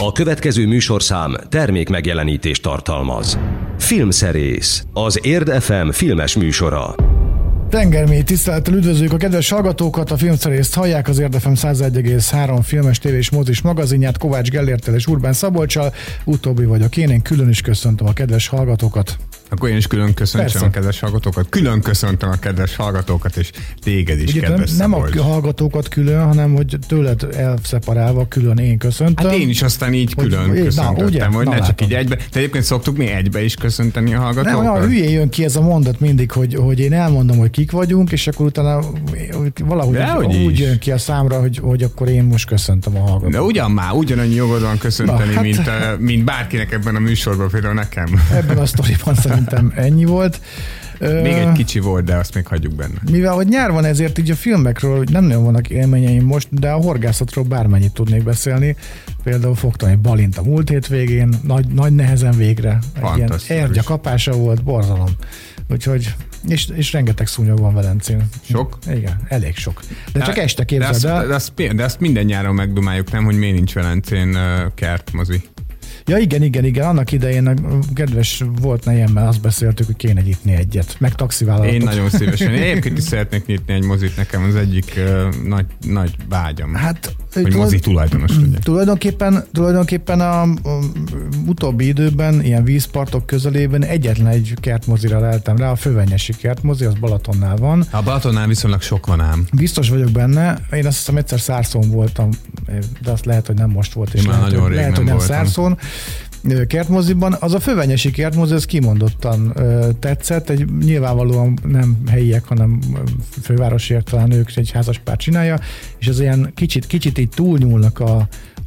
A következő műsorszám termék megjelenítést tartalmaz. Filmszerész, az Érd FM filmes műsora. Tengermély tisztelettel üdvözlők a kedves hallgatókat, a Filmszerészt hallják, az Érd FM 101,3 filmes, tévés, mozis magazinját Kovács Gellérttel és Urbán Szabolccsal. Utóbbi vagyok én külön is köszöntöm a kedves hallgatókat. Akkor én is külön köszöntöm a kedves hallgatókat. Külön köszöntöm a kedves hallgatókat, és téged is, ugye, kedves Szabolcs. Nem a hallgatókat külön, hanem hogy tőled elszeparálva külön én köszöntöm. Hát én is aztán így külön köszöntöttem, hogy ne csak így egybe. De egyébként szoktuk mi egybe is köszönteni a hallgatókat? Nem, hülyén jön ki ez a mondat mindig, hogy én elmondom, hogy kik vagyunk, és akkor utána valahogy úgy jön ki a számra, hogy akkor én most köszöntöm a hallgatókat. De ugyanannyi jogod van köszönteni, mint bárkinek ebben a műsorban, például nekem. Ebben a sztoriban szerintem ennyi volt. Még egy kicsi volt, de azt még hagyjuk benne. Mivel, hogy nyár van, ezért így a filmekről nem nagyon vannak élményeim most, de a horgászatról bármennyit tudnék beszélni. Például fogtam egy balint a múlt hétvégén, nagy nehezen végre. Egy ilyen ergya kapása volt, borzalom. Úgyhogy, és rengeteg szúnyog van Velencén. Sok? Igen, elég sok. De csak este képzeld el. De azt minden nyáron megdumáljuk, nem, hogy miért nincs Velencén kertmozi. Ja, igen. Annak idején kedves volt nejemmel, azt beszéltük, hogy kéne nyitni egyet. Meg taxivállalatot. Én nagyon szívesen. Én egyébként is szeretnék nyitni egy mozit, nekem az egyik nagy vágyam. Hát, hogy mozi tulajdonos legyek. Tulajdonképpen a utóbbi időben, ilyen vízpartok közelében egyetlen egy kertmozira leltem rá, a Fővenyesi kertmozi, az Balatonnál van. A Balatonnál viszonylag sok van ám. Biztos vagyok benne. Én azt hiszem egyszer Szárszón voltam, de azt lehet, hogy nem most volt, és lehet, hogy nem Szárszón. Kertmoziban. Az a Fővenyesi kertmozi, ez kimondottan tetszett, nyilvánvalóan nem helyiek, hanem fővárosiak, talán ők egy házaspár csinálja, és az ilyen kicsit így túlnyúlnak a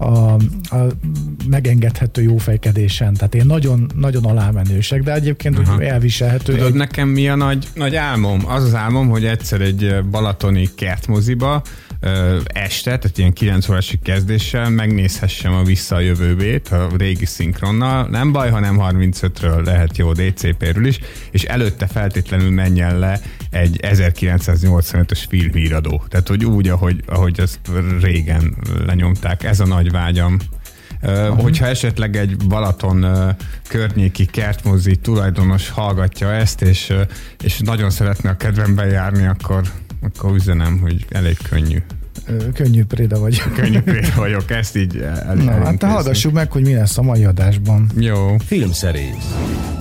megengedhető jófejkedésen, tehát ilyen nagyon alámenősek, de egyébként úgy elviselhető. Tudod, nekem mi a nagy álmom? Az álmom, hogy egyszer egy balatoni kertmoziba este, tehát ilyen 9 órásig kezdéssel megnézhessem a Vissza a jövőbét a régi szinkronnal. Nem baj, ha nem 35-ről, lehet jó DCP-ről is, és előtte feltétlenül menjen le egy 1985-ös filmhíradó. Tehát, hogy úgy, ahogy azt régen lenyomták. Ez a nagy vágyam. Hogyha esetleg egy Balaton környéki kertmozi tulajdonos hallgatja ezt, és nagyon szeretne a kedvemben járni, akkor üzenem, hogy elég könnyű. Könnyű préda vagyok, ezt így hát hallgassuk meg, hogy mi lesz a mai adásban. Jó. Filmszerész.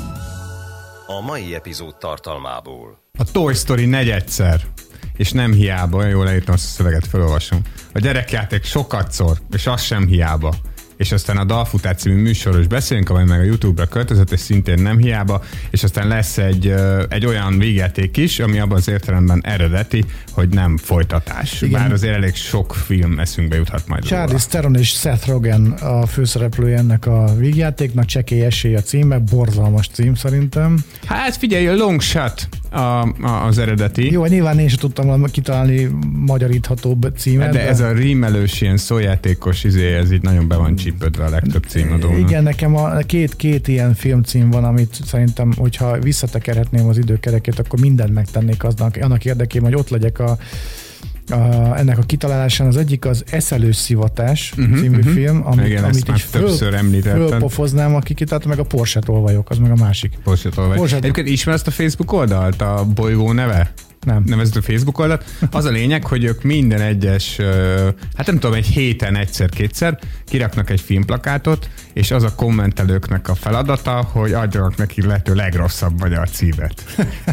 A mai epizód tartalmából. A Toy Story negyedszer, és nem hiába, olyan jól leírtam azt a szöveget, felolvasom. A gyerekjáték sokatszor, és az sem hiába. És aztán a Dalfutár című műsorról is beszélünk, amely meg a YouTube-ra költözött, és szintén nem hiába, és aztán lesz egy olyan végjáték is, ami abban az értelemben eredeti, hogy nem folytatás. Igen. Bár azért elég sok film eszünkbe juthat majd. Charlize Theron és Seth Rogen a főszereplője ennek a végjátéknak, Csekély esély a címe, borzalmas cím szerintem. Hát figyelj, a Long Shot az eredeti. Jó, nyilván én sem tudtam kitalálni magyaríthatóbb címet. De ez a rímelős, ilyen szójátékos ez így nagyon be van csípődve a legtöbb címadónak. Igen, nekem a két ilyen filmcím van, amit szerintem, hogyha visszatekerhetném az időkerekét, akkor mindent megtennék annak érdekében, hogy ott legyek ennek a kitalálásán. Az egyik az Eszelős szivatás című film, amit így többször említettem. Fölpofoznám, aki kitalálta, meg a Porsche tolvajok, az meg a másik. Porsche tolvaj. Egyébként ismer ezt a Facebook oldalt, a bolygó neve? Nem. Nevezető Facebook oldalt. Az a lényeg, hogy ők minden egyes, hát nem tudom, egy héten egyszer-kétszer kiraknak egy filmplakátot, és az a kommentelőknek a feladata, hogy adjanak neki lehető legrosszabb magyar címet.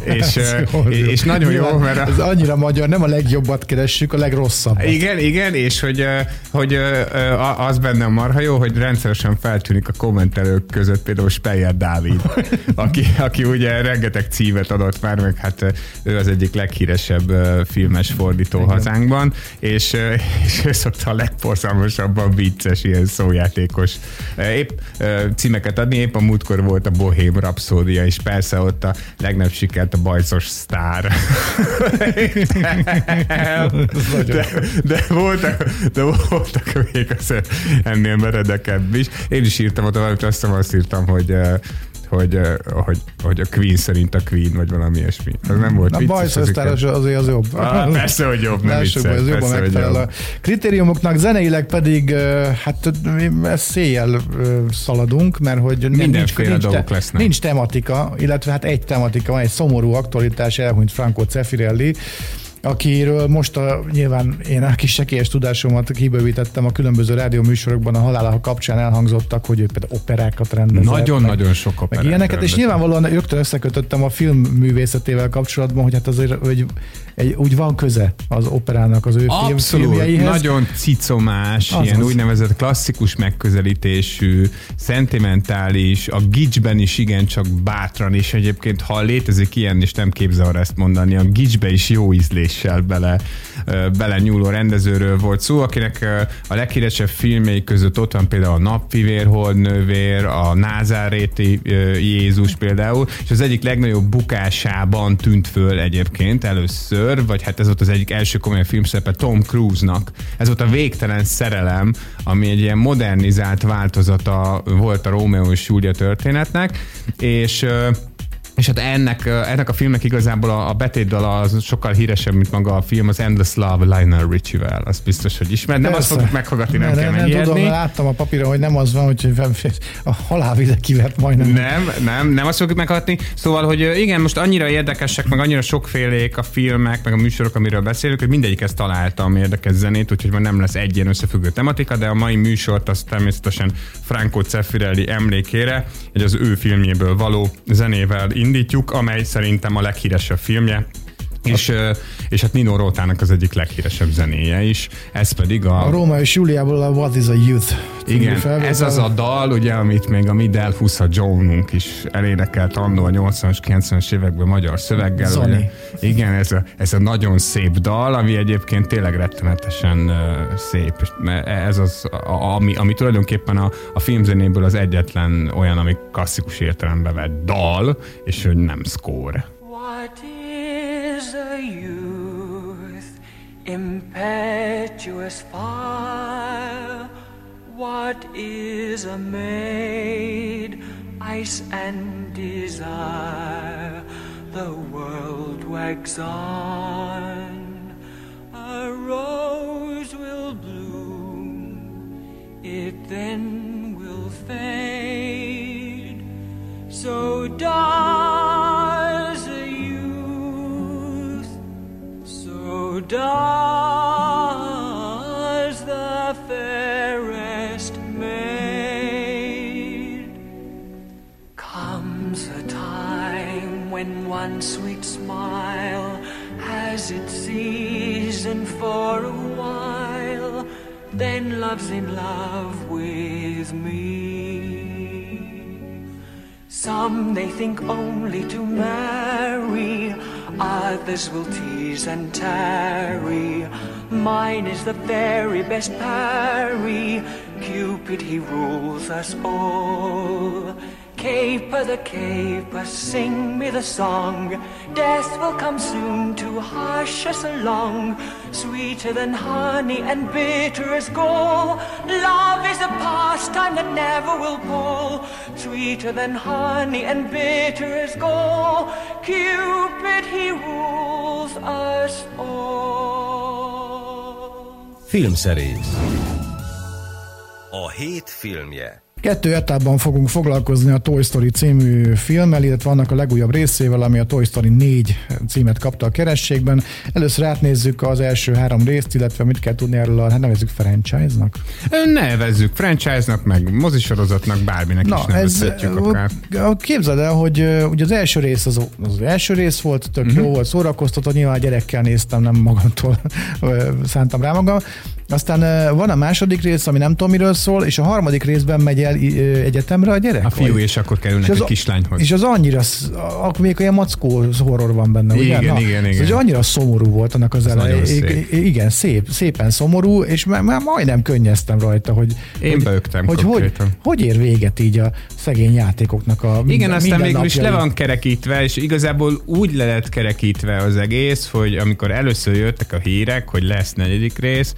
és nagyon jó, mert ez annyira magyar, nem a legjobbat keressük, a legrosszabbat. Igen, és hogy az benne a marha jó, hogy rendszeresen feltűnik a kommentelők között például Speyer Dávid, aki ugye rengeteg címet adott már, meg hát ő az egyik leghíresebb filmes fordító hazánkban, és ő szokta a legborzalmasabban vicces, ilyen szójátékos épp címeket adni. Épp a múltkor volt a Bohém Rapszódia, és persze ott a legnagyobb sikert a Bajszos Sztár. de voltak még ennél meredekebb is. Én is írtam ott valamit, azt írtam, hogy a Queen szerint a Queen, vagy valami ilyesmi. Az nem volt vicces. A bajszösztáros azért az jobb. Persze, hogy jobb, nem vicces. Az jobban megfelel a kritériumoknak, zeneileg pedig hát széjjel szaladunk, mert hogy nincs tematika, illetve hát egy tematika, van egy szomorú aktualitás, elhunyt Franco Zeffirelli, akiről most nyilván én a kis sekélyes tudásomat kibővítettem a különböző rádióműsorokban, a halála kapcsán elhangzottak, hogy ő például operákat rendezett. Nagyon sok operát ilyeneket, rendezett. És nyilvánvalóan rögtön összekötöttem a filmművészetével kapcsolatban, hogy hát azért úgy van köze az operának az ő filmjeihez. Nagyon cicomás, ilyen úgynevezett klasszikus megközelítésű, szentimentális, a gicsben is igencsak bátran, és egyébként ha létezik ilyen, és nem képzel ezt mondani, a gicsbe is jó ízléssel bele nyúló rendezőről volt szó, akinek a leghíresebb filmjei között ott van például a Napfivér, Holdnővér, a Názáréti Jézus például, és az egyik legnagyobb bukásában tűnt föl egyébként először, vagy hát ez volt az egyik első komoly filmszerepe Tom Cruise-nak. Ez volt a Végtelen szerelem, ami egy ilyen modernizált változata volt a Rómeó és Júlia történetnek, és hát ennek a filmnek igazából a betétdala az sokkal híresebb, mint maga a film, az Endless Love Lionel Richie-vel. Az biztos, hogy ismered. Nem azt fogjuk meghallgatni, nem kell megijedni. Nem tudom, láttam a papíron, hogy nem az van, hogy a halálvize kivert majdnem. Nem azt fogjuk meghallgatni. Szóval, hogy igen, most annyira érdekesek, meg annyira sokfélék a filmek, meg a műsorok, amiről beszélünk, hogy mindegyikhez találtam érdekes zenét, úgyhogy már nem lesz egy ilyen összefüggő tematika, de a mai műsort az természetesen Franco Zeffirelli emlékére, egy az ő filmjéből való zenével indítjuk, amely szerintem a leghíresebb filmje, és hát Nino Rotának az egyik leghíresebb zenéje is, ez pedig a Róma és Júliából a What is a Youth? Igen, ez az a dal, ugye, amit még a mi Delfusza Joe-nunk is elénekelt annó a 80-as, 90-es években magyar szöveggel. Ugye, igen, ez a nagyon szép dal, ami egyébként tényleg rettenetesen szép. Ez az, ami tulajdonképpen a filmzenéből az egyetlen olyan, ami klasszikus értelembe vett dal, és hogy nem score. What is a youth, impetuous fire? What is a maid, ice and desire? The world wags on, a rose will bloom, it then will fade, so does a youth, so does the fairest maid. Comes a time when one sweet smile has its season for a while, then love's in love with me. Some they think only to marry, others will tease and tarry. Mine is the very best parry, Cupid he rules us all. Caper the caper, sing me the song, death will come soon to hush us along. Sweeter than honey and bitter as gall, love is a pastime that never will pall. Sweeter than honey and bitter as gall, Cupid he rules us all. Filmszerész. A hét filmje. 2 etapban fogunk foglalkozni a Toy Story című filmmel, illetve annak a legújabb részével, ami a Toy Story 4 címet kapta a kerességben. Először átnézzük az első 3 részt, illetve mit kell tudni erről hát nevezzük franchise-nak? Nevezzük franchise-nak, meg mozisorozatnak, bárminek is nevezhetjük akár. Képzeld el, hogy ugye az első rész az első rész volt, tök jó volt, szórakoztató, nyilván gyerekkel néztem, nem magamtól szántam rá magam. Aztán van a második rész, ami nem tudom miről szól, és a harmadik részben megy el egyetemre a gyerek. A fiú, és akkor kerülnek a kislányhoz. És az annyira, akkor még olyan mackó horror van benne, ugye? Igen. Ez annyira szomorú volt annak az eleje. Igen, szépen szomorú, és már majdnem könnyeztem rajta, hogy én beögtem hogy ér véget így a szegény játékoknak a igen, aztán végül is le van kerekítve, és igazából úgy le lett kerekítve az egész, hogy amikor először jöttek a hírek, hogy lesz 4. rész,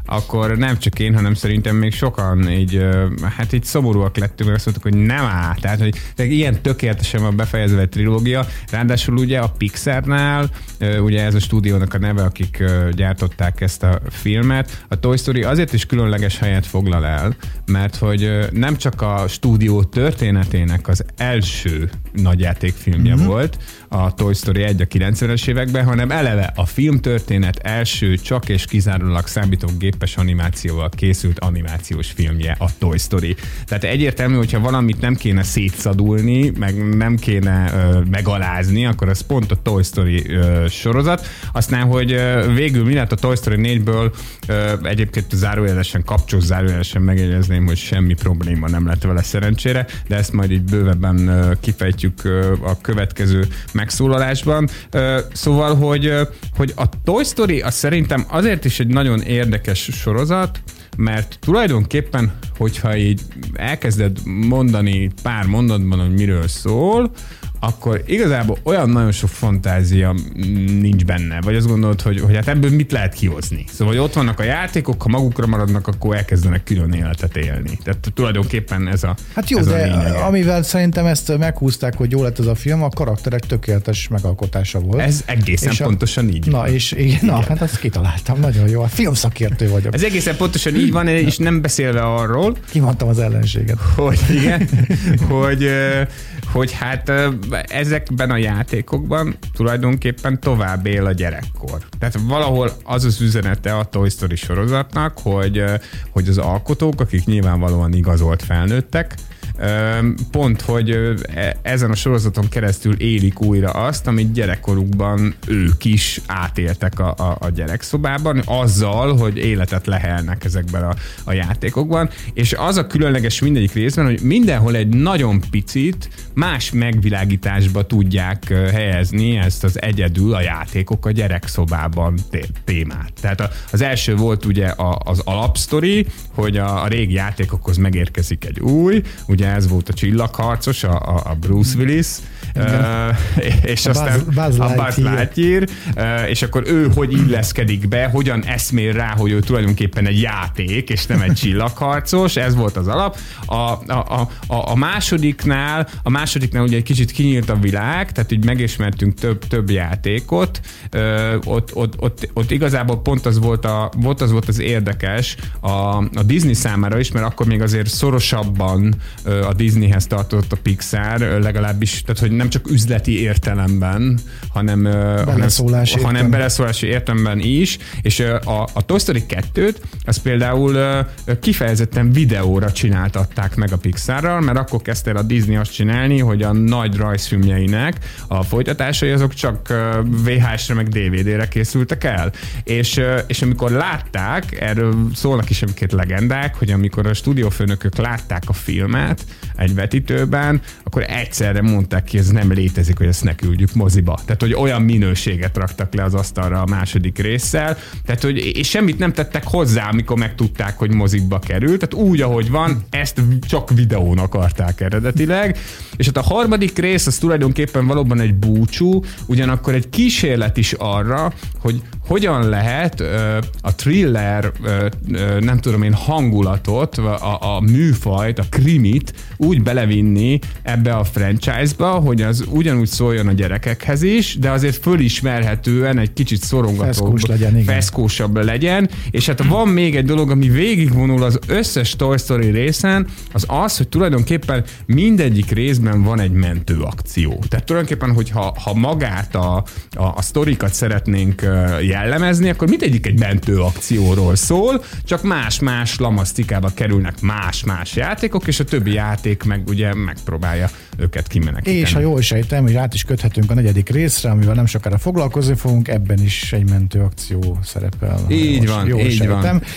akkor nem csak én, hanem szerintem még sokan így szomorúak lettünk, mert azt mondtuk, hogy nem áll. Tehát, hogy ilyen tökéletesen van befejezve a trilógia. Ráadásul ugye a Pixarnál, ugye ez a stúdiónak a neve, akik gyártották ezt a filmet, a Toy Story azért is különleges helyet foglal el, mert hogy nem csak a stúdió történetének az első nagyjátékfilmje volt, a Toy Story 1 a 90-es években, hanem eleve a filmtörténet első csak és kizárólag számítógépes animációval készült animációs filmje a Toy Story. Tehát egyértelmű, hogyha valamit nem kéne szétszadulni, meg nem kéne megalázni, akkor az pont a Toy Story sorozat. Aztán, hogy végül mi lett a Toy Story 4-ből, egyébként kapcsolatos zárójelesen megjegyezném, hogy semmi probléma nem lett vele szerencsére, de ezt majd így bővebben kifejtjük a következő megszólalásban. Szóval, hogy a Toy Story az szerintem azért is egy nagyon érdekes sorozat, mert tulajdonképpen, hogyha így elkezded mondani pár mondatban, hogy miről szól, akkor igazából olyan nagyon sok fantázia nincs benne. Vagy azt gondolod, hogy hát ebből mit lehet kihozni? Szóval, hogy ott vannak a játékok, ha magukra maradnak, akkor elkezdenek külön életet élni. Tehát tulajdonképpen ez a Hát jó, ez de a amivel szerintem ezt meghúzták, hogy jó lett ez a film, a karakterek tökéletes megalkotása volt. Ez egészen pontosan így van. Hát azt kitaláltam, nagyon jó. A filmszakértő vagyok. Ez egészen pontosan így van, és nem beszélve arról. Kimondtam az ellenséget. Hogy igen, hogy hát ezekben a játékokban tulajdonképpen tovább él a gyerekkor. Tehát valahol az az üzenete a Toy Story sorozatnak, hogy az alkotók, akik nyilvánvalóan igazolt felnőttek, pont, hogy ezen a sorozaton keresztül élik újra azt, amit gyerekkorukban ők is átéltek a gyerekszobában, azzal, hogy életet lehelnek ezekben a játékokban, és az a különleges mindegyik részben, hogy mindenhol egy nagyon picit más megvilágításba tudják helyezni ezt az egyedül a játékok a gyerekszobában témát. Tehát az első volt ugye az alapsztori, hogy a régi játékokhoz megérkezik egy új, ugye ez volt a csillagharcos, a Bruce Willis, és aztán a Buzz Lightyear, és akkor ő hogy illeszkedik be, hogyan eszmél rá, hogy ő tulajdonképpen egy játék, és nem egy csillagharcos, ez volt az alap. A másodiknál ugye egy kicsit kinyílt a világ, tehát így megismertünk több játékot, ott igazából pont az volt az érdekes a Disney számára is, mert akkor még azért szorosabban a Disneyhez tartott a Pixar, legalábbis, tehát hogy nem csak üzleti értelemben, hanem beleszólási értelemben is, és a Toy Story 2-t az például kifejezetten videóra csináltatták meg a Pixarral, mert akkor kezdte el a Disney azt csinálni, hogy a nagy rajzfilmjeinek a folytatásai azok csak VHS-re meg DVD-re készültek el. És amikor látták, erről szólnak is egy legendák, hogy amikor a stúdiófőnökök látták a filmet egy vetítőben, akkor egyszerre mondták ki, ez nem létezik, hogy ezt ne küldjük moziba. Tehát, hogy olyan minőséget raktak le az asztalra a második résszel, tehát, hogy és semmit nem tettek hozzá, amikor megtudták, hogy mozikba került, tehát úgy, ahogy van, ezt csak videón akarták eredetileg, és hát a harmadik rész az tulajdonképpen valóban egy búcsú, ugyanakkor egy kísérlet is arra, hogy hogyan lehet a thriller, nem tudom én, hangulatot, a műfajt, a krimit úgy belevinni ebbe a franchise-ba, hogy az ugyanúgy szóljon a gyerekekhez is, de azért fölismerhetően egy kicsit szorongatóbb, feszkósabb legyen. És hát van még egy dolog, ami végigvonul az összes Toy Story részen, az, hogy tulajdonképpen mindegyik részben van egy mentőakció. Tehát tulajdonképpen, hogyha magát a sztorikat szeretnénk jellemezni, akkor mindegyik egy mentőakcióról szól, csak más-más lamasztikába kerülnek más-más játékok, és a többi játék meg ugye megpróbálja őket kimenekíteni. És ha jól sejtem, hogy át is köthetünk a negyedik részre, amivel nem sokára foglalkozni fogunk, ebben is egy mentőakció szerepel. Így van, így van.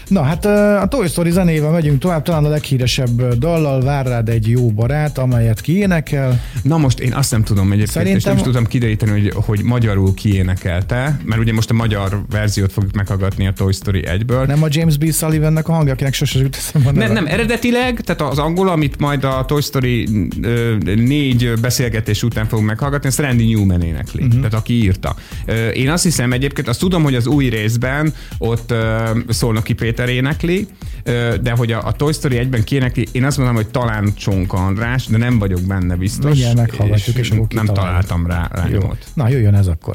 Na hát a Toy Story zenével megyünk tovább, talán a leghíresebb dallal, Vár rád egy jó barát, amelyet kiénekel. Na most én azt nem tudom egyébként, és nem is tudtam kideríteni, hogy magyarul kiénekelte, mert ugye most a magyar verziót fogjuk meghallgatni a Toy Story 1-ből. Nem a James B. Sullivannek a hangja, akinek sose jut eszembe. Nem, eredetileg, tehát az angol, amit majd a Toy Story 4 beszélgetés után fogunk meghallgatni, ezt Randy Newman énekli, tehát aki írta. Én azt hiszem egyébként, azt tudom, hogy az új részben ott Szolnoki Péter énekli, de hogy a Toy Story 1-ben kiénekli, én azt mondom, hogy talán Csonka András, de nem vagyok benne biztos. Mindjárt meghallgatjuk, és akkor nem találtam rá nyomot. Na, jöjjön ez akkor.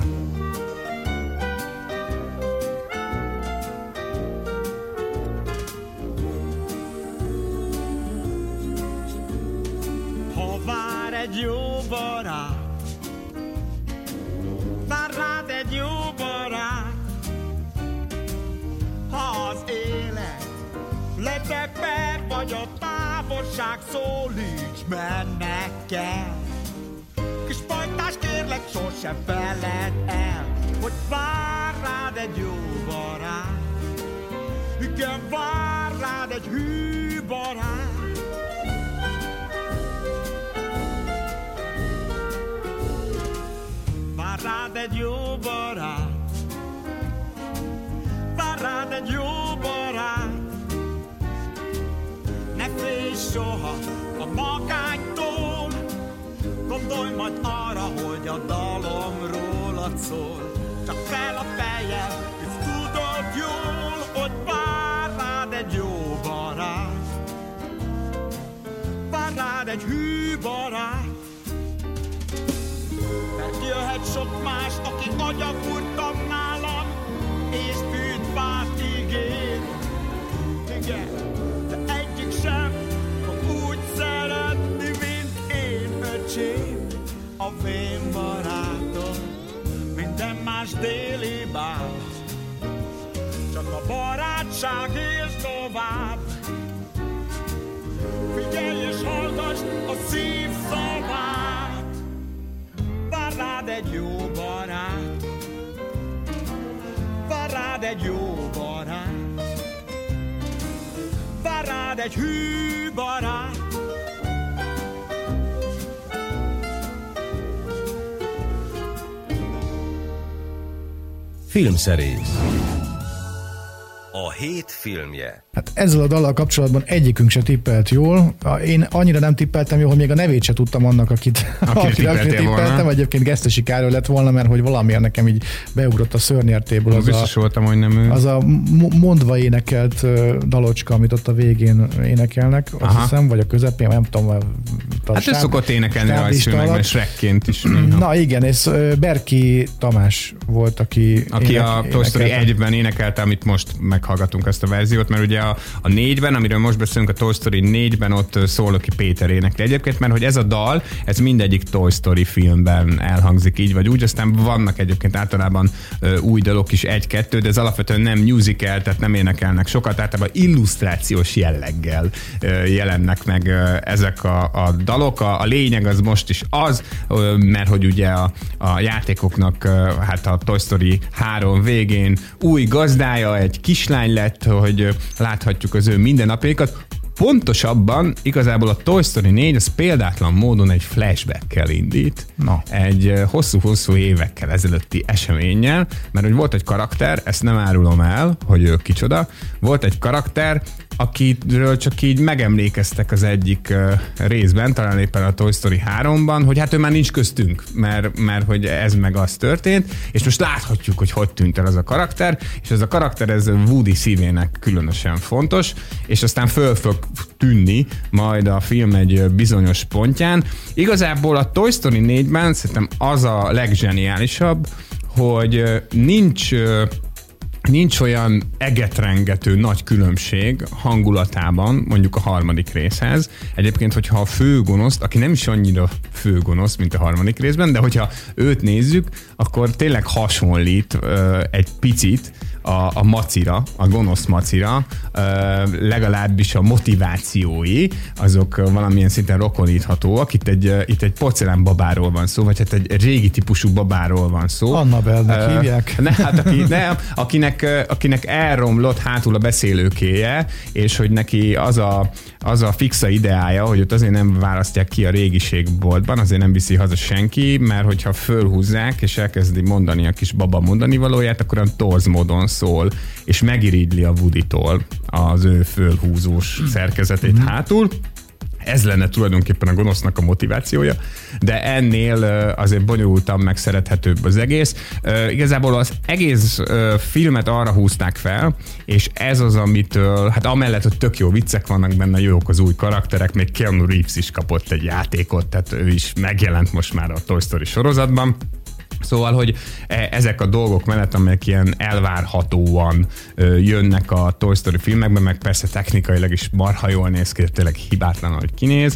Ha vár egy jó barát, vár rád egy jó barát, ha az élet leteper, vagy a távolság szólíts, mennek kell. Kis pajtás, kérlek, sosem feled el, hogy vár rád egy jó barát. Igen, vár rád egy hű barát. Vár rád egy jó barát, vár rád egy jó barát. Ne félj soha a magánytól, gondolj majd arra, hogy a dalom rólad szól. Csak fel a fejed, és tudod jól, hogy vár rád egy jó barát. Vár rád egy hű barát. Mert jöhet sok más, aki agyafurtam nálam, és bűnfát ígér. Igen, de egyik sem fog úgy szeretni, mint én, öcsém, a vén barátom. Minden más déli bár, csak a barátság él tovább. Figyelj és hallgass a szív szavát. Vár rád egy jó barát, vár rád egy jó barát, vár rád egy hű barát. Filmszerész. A hét filmje. Hát ezzel a dallal kapcsolatban egyikünk se tippelt jól. Én annyira nem tippeltem jól, hogy még a nevét se tudtam annak, akit tippeltem. Egyébként Gesztesi Károly lett volna, mert hogy valamiért nekem így beugrott a szörnyertéből. Biztos voltam, hogy nem ő. Az a mondva énekelt dalocska, amit ott a végén énekelnek, azt hiszem, vagy a közepén, nem tudom. Hát ő szokott énekelni rajzfilmekben, Shrekként is. Na igen, és Berki Tamás volt, aki a Toy Story 1-ben énekelte, amit most meghallgatunk ezt a verziót, mert ugye a 4-ben, amiről most beszélünk, a Toy Story 4-ben ott Szolnoki Péter énekli egyébként, mert hogy ez a dal, ez mindegyik Toy Story filmben elhangzik így vagy úgy, aztán vannak egyébként általában új dalok is, 1-2, de ez alapvetően nem musical, tehát nem énekelnek sokat, általában illusztrációs jelleggel jelennek meg ezek a dalok. A lényeg az most is az, mert hogy ugye a játékoknak hát a Toy Story 3 végén új gazdája, egy kislány lett, hogy láthatjuk az ő mindennapjaikat. Pontosabban igazából a Toy Story 4 az példátlan módon egy flashbackkel indít. Egy hosszú-hosszú évekkel ezelőtti eseménnyel, mert hogy volt egy karakter, ezt nem árulom el, hogy ő kicsoda, volt egy karakter, akiről csak így megemlékeztek az egyik részben, talán éppen a Toy Story 3-ban, hogy hát ő már nincs köztünk, mert hogy ez meg az történt, és most láthatjuk, hogy tűnt el az a karakter, és ez a karakter ez Woody szívének különösen fontos, és aztán föl fog tűnni majd a film egy bizonyos pontján. Igazából a Toy Story 4-ben szerintem az a leggeniálisabb, hogy nincs olyan egetrengető nagy különbség hangulatában, mondjuk a harmadik részhez. Egyébként, hogyha a főgonoszt, aki nem is annyira főgonosz, mint a harmadik részben, de hogyha őt nézzük, akkor tényleg hasonlít egy picit a macira, a gonosz macira, legalábbis a motivációi, azok valamilyen szinten rokoníthatóak. Itt egy porcelán babáról van szó, vagy hát egy régi típusú babáról van szó. Annabelle-nek hívják. Akinek elromlott hátul a beszélőkéje, és hogy neki az a fixa ideája, hogy ott azért nem választják ki a régiségboltban, azért nem viszi haza senki, mert hogyha fölhúzzák, és elkezdi mondani a kis baba mondani valóját, akkor olyan torz módon szól, és megirigyli a Woody-tól az ő fölhúzós szerkezetét hátul. Ez lenne tulajdonképpen a gonosznak a motivációja, de ennél azért bonyolultabb, meg szerethetőbb az egész. Igazából az egész filmet arra húzták fel, és ez az, amitől, hát amellett, hogy tök jó viccek vannak benne, jók az új karakterek, még Keanu Reeves is kapott egy játékot, tehát ő is megjelent most már a Toy Story sorozatban. Szóval, hogy ezek a dolgok mellett, amelyek ilyen elvárhatóan jönnek a Toy Story filmekben, meg persze technikailag is marha jól néz ki, tényleg hibátlan, hogy kinéz.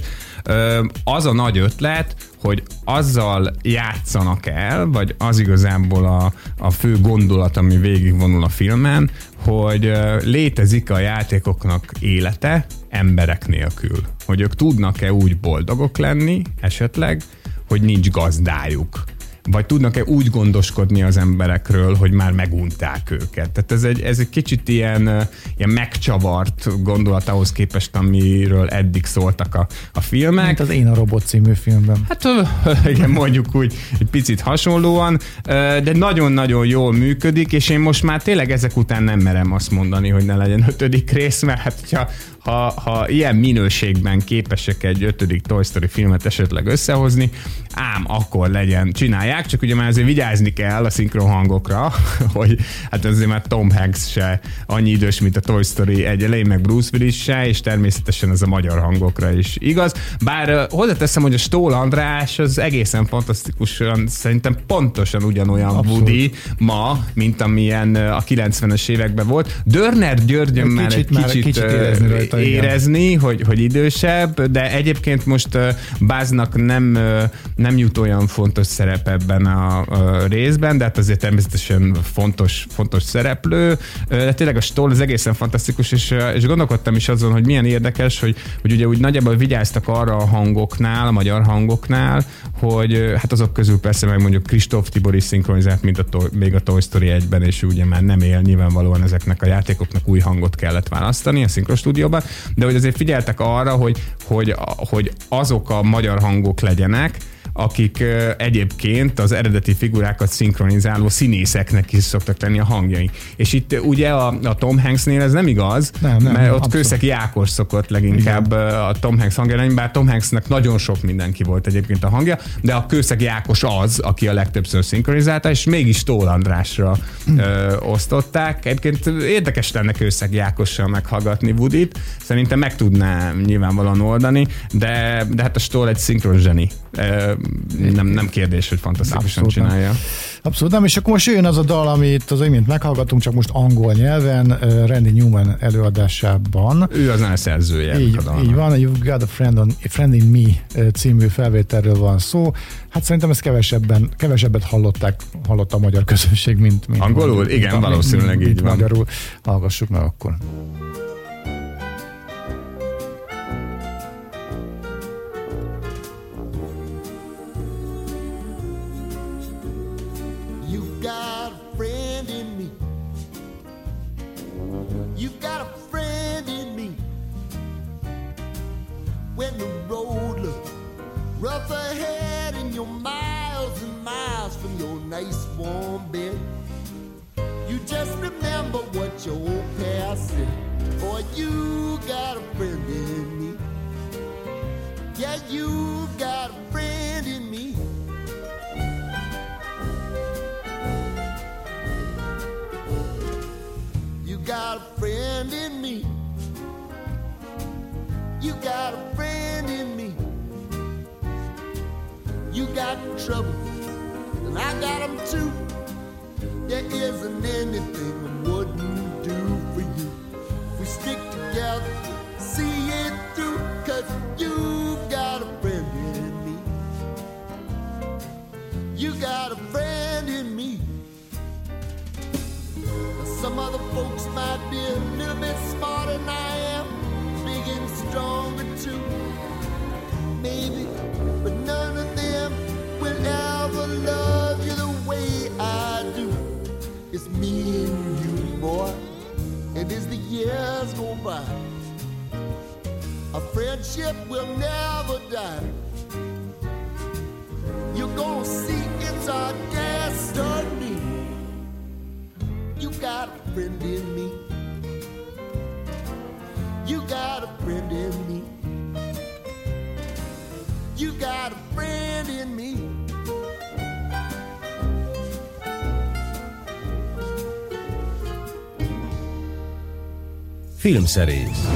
Az a nagy ötlet, hogy azzal játszanak el, vagy az igazából a fő gondolat, ami végigvonul a filmen, hogy létezik a játékoknak élete emberek nélkül. Hogy ők tudnak-e úgy boldogok lenni esetleg, hogy nincs gazdájuk. Vagy tudnak-e úgy gondoskodni az emberekről, hogy már megunták őket. Tehát ez egy kicsit ilyen megcsavart gondolat ahhoz képest, amiről eddig szóltak a filmek. Mint az Én a Robot című filmben. Hát igen, mondjuk úgy egy picit hasonlóan, de nagyon-nagyon jól működik, és én most már tényleg ezek után nem merem azt mondani, hogy ne legyen 5. rész, mert hát hogyha ha ilyen minőségben képesek egy 5. Toy Story filmet esetleg összehozni, ám akkor legyen, csinálják, csak ugye már azért vigyázni kell a szinkron hangokra, hogy hát azért már Tom Hanks se annyi idős, mint a Toy Story egy elején, meg Bruce Willis se, és természetesen ez a magyar hangokra is igaz. Bár hozzáteszem, hogy a Stoll András az egészen fantasztikusan, szerintem pontosan ugyanolyan abszolút. Woody ma, mint amilyen a 90-es években volt. Dörner Györgyön már egy kicsit érezni, hogy idősebb, de egyébként most Buzznak nem jut olyan fontos szerep ebben a részben, de hát azért természetesen fontos szereplő. De tényleg a Stoll az egészen fantasztikus, és gondolkodtam is azon, hogy milyen érdekes, hogy ugye úgy nagyjából vigyáztak arra a hangoknál, a magyar hangoknál, hogy hát azok közül persze meg mondjuk Kristóf Tibor is szinkronizált, még a Toy Story 1-ben, és ugye már nem él, nyilvánvalóan ezeknek a játékoknak új hangot kellett választani a szinkrostúdióban, de hogy azért figyeltek arra, hogy azok a magyar hangok legyenek, akik egyébként az eredeti figurákat szinkronizáló színészeknek is szoktak lenni a hangjai. És itt ugye a Tom Hanksnél ez nem igaz, mert ott Kőszegi Ákos szokott leginkább a Tom Hanks hangja lenni, bár Tom Hanksnek nagyon sok mindenki volt egyébként a hangja, de a Kőszegi Ákos az, aki a legtöbbször szinkronizálta, és mégis Stoll Andrásra osztották. Egyébként érdekes lenne Kőszegi Ákossal meghallgatni Woody-t, szerintem meg tudná nyilvánvalóan oldani, de hát a Stoll egy szinkron zseni. Nem kérdés, hogy fantasztikusan csinálja. Abszolút nem, és akkor most jön az a dal, amit az imént meghallgatunk, csak most angol nyelven, Randy Newman előadásában. Ő az zeneszerzője. Így van, You've Got a Friend in Me című felvételről van szó. Hát szerintem ezt kevesebbet hallott a magyar közönség, mint angolul? Igen, valószínűleg így van. Magyarul. Hallgassuk meg akkor. Rough ahead and you're miles and miles from your nice warm bed. You just remember what your old past said. Boy, you got a friend in me. Yeah, you got a friend in me. You got a friend in me. You got a friend in me. You got trouble, and I got them too. There isn't anything I wouldn't do for you. If we stick together, see it through, 'cause you've got a friend in me. You got a friend in me. Some me and you, boy. And as the years go by, a friendship will never die. You're gonna see it's our destiny. You got a friend in me. You got a friend in me. You got a friend in me. Filmszerész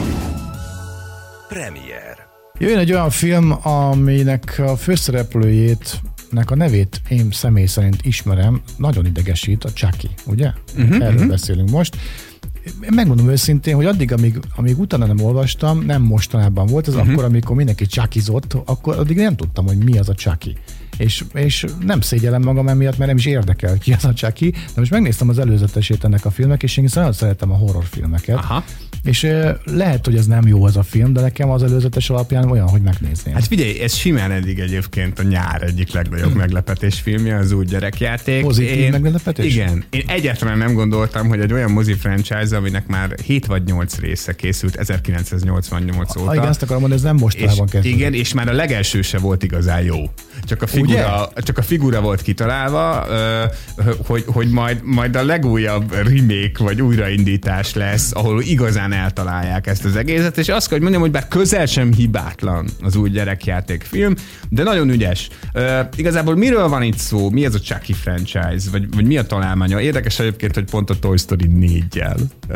Premier. Jön egy olyan film, aminek a főszereplőjének a nevét én személy szerint ismerem, nagyon idegesít, a Chucky, ugye? Erről beszélünk most. Én megmondom őszintén, hogy addig, amíg utána nem olvastam, nem mostanában volt, ez akkor, amikor mindenki Chuckyzott, akkor addig nem tudtam, hogy mi az a Chucky. És nem szégyellem magam emiatt, mert nem is érdekel, ki az a Chucky, de most megnéztem az előzetesét ennek a filmnek, és én nagyon szeretem a horrorfilmeket. Aha. És lehet, hogy ez nem jó az a film, de nekem az előzetes alapján olyan, hogy megnézném. Hát figyelj, ez simán eddig egyébként a nyár egyik legnagyobb meglepetés filmje, az új gyerekjáték. Pozitív meglepetés? Igen. Én egyáltalán nem gondoltam, hogy egy olyan mozi franchise, aminek már 7 vagy 8 része készült 1988 óta. Igen, azt akarom mondani, ez nem mostanában kezdődött. Igen, és már a legelső se volt igazán jó. Csak a figura volt kitalálva, hogy majd a legújabb remake vagy újraindítás lesz, ahol igazán eltalálják ezt az egészet, és azt kell, hogy mondjam, hogy bár közel sem hibátlan az új gyerekjáték film, de nagyon ügyes. Igazából miről van itt szó? Mi ez a Chucky franchise? Vagy mi a találmánya? Érdekes egyébként, hogy pont a Toy Story 4-jel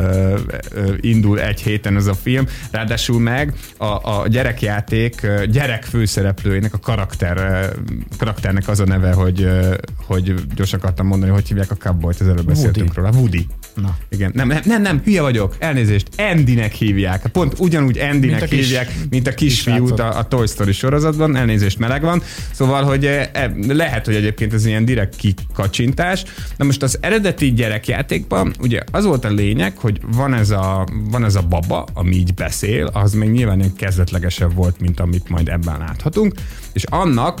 indul egy héten ez a film, ráadásul meg a gyerekjáték gyerek főszereplőjének a karakternek az a neve, hogy gyorsan akartam mondani, hogy hívják a Cowboyt, az előbb beszéltünk róla. Woody. Na. Igen. Nem, hülye vagyok, elnézést, Andynek hívják. Pont ugyanúgy Andynek hívják, mint a kisfiút a Toy Story sorozatban, elnézést, meleg van. Szóval, hogy lehet, hogy egyébként ez ilyen direkt kikacsintás. Na most az eredeti gyerekjátékban ugye az volt a lényeg, hogy van ez a baba, ami így beszél, az még nyilván egy kezdetlegesebb volt, mint amit majd ebben láthatunk, és annak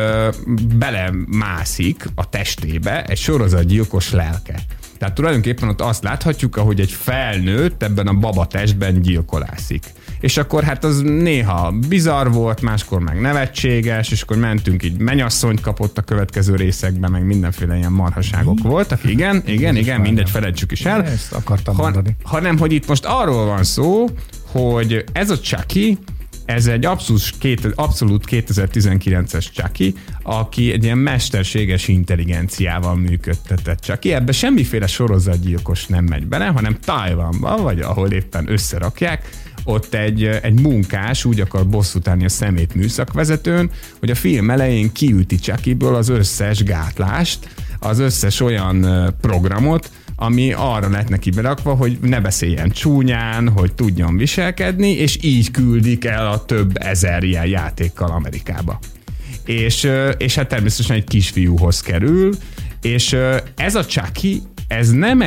belemászik a testébe egy sorozatgyilkos lelke. Tehát tulajdonképpen ott azt láthatjuk, ahogy egy felnőtt ebben a baba testben gyilkolászik. És akkor hát az néha bizarr volt, máskor meg nevetséges, és akkor mentünk így, mennyasszonyt kapott a következő részekben, meg mindenféle ilyen marhaságok voltak. Igen, mindegy, felejtsük is el. Ezt akartam mondani. Hanem, hogy itt most arról van szó, hogy ez a Chucky, ez egy abszolút 2019-es Chucky, aki egy ilyen mesterséges intelligenciával működtetett Chucky. Ebbe semmiféle sorozatgyilkos nem megy bele, hanem Tajvanban, vagy ahol éppen összerakják, ott egy munkás úgy akar bosszút állni a szemét műszakvezetőn, hogy a film elején kiüti Chuckyből az összes gátlást, az összes olyan programot, ami arra lett neki berakva, hogy ne beszéljen csúnyán, hogy tudjon viselkedni, és így küldik el a több ezer ilyen játékkal Amerikába. És hát természetesen egy kisfiúhoz kerül, és ez a Chucky, ez nem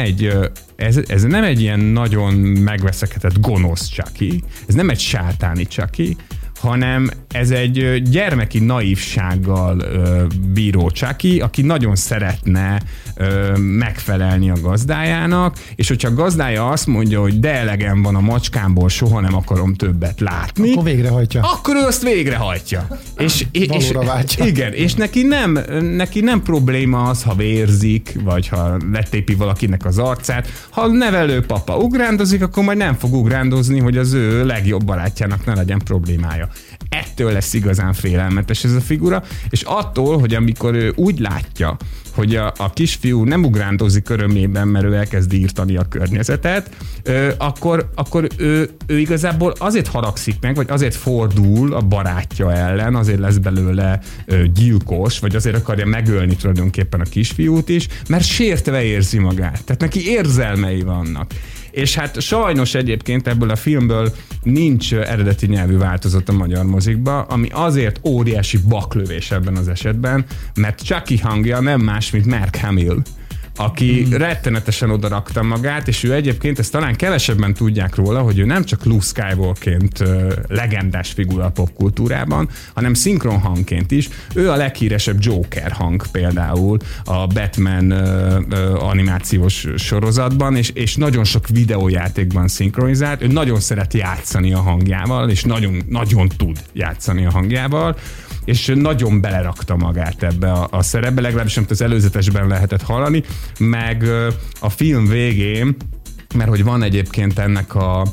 egy ilyen nagyon megveszekedett gonosz Chucky, ez nem egy sátáni Chucky, hanem ez egy gyermeki naívsággal bíró Chucky, aki nagyon szeretne megfelelni a gazdájának, és hogyha a gazdája azt mondja, hogy de elegem van a macskámból, soha nem akarom többet látni, akkor végrehajtja. Akkor ő azt végrehajtja. Valóra váltja. Igen, és neki nem probléma az, ha vérzik, vagy ha letépi valakinek az arcát. Ha a nevelőpapa ugrándozik, akkor majd nem fog ugrándozni, hogy az ő legjobb barátjának ne legyen problémája. Ettől lesz igazán félelmetes ez a figura, és attól, hogy amikor ő úgy látja, hogy a kisfiú nem ugrándozik örömében, mert ő elkezd írtani a környezetet, akkor ő igazából azért haragszik meg, vagy azért fordul a barátja ellen, azért lesz belőle gyilkos, vagy azért akarja megölni tulajdonképpen a kisfiút is, mert sértve érzi magát. Tehát neki érzelmei vannak. És hát sajnos egyébként ebből a filmből nincs eredeti nyelvű változat a magyar mozikba, ami azért óriási baklövés ebben az esetben, mert Chucky hangja nem más, mint Mark Hamill, aki rettenetesen odarakta magát, és ő egyébként, ezt talán kevesebben tudják róla, hogy ő nem csak Luke Skywalkerként legendás figura a popkultúrában, hanem szinkronhangként is. Ő a leghíresebb Joker hang például a Batman animációs sorozatban, és nagyon sok videójátékban szinkronizált. Ő nagyon szeret játszani a hangjával, és nagyon, nagyon tud játszani a hangjával, és nagyon belerakta magát ebbe a szerepbe, legalábbis amit az előzetesben lehetett hallani, meg a film végén, mert hogy van egyébként ennek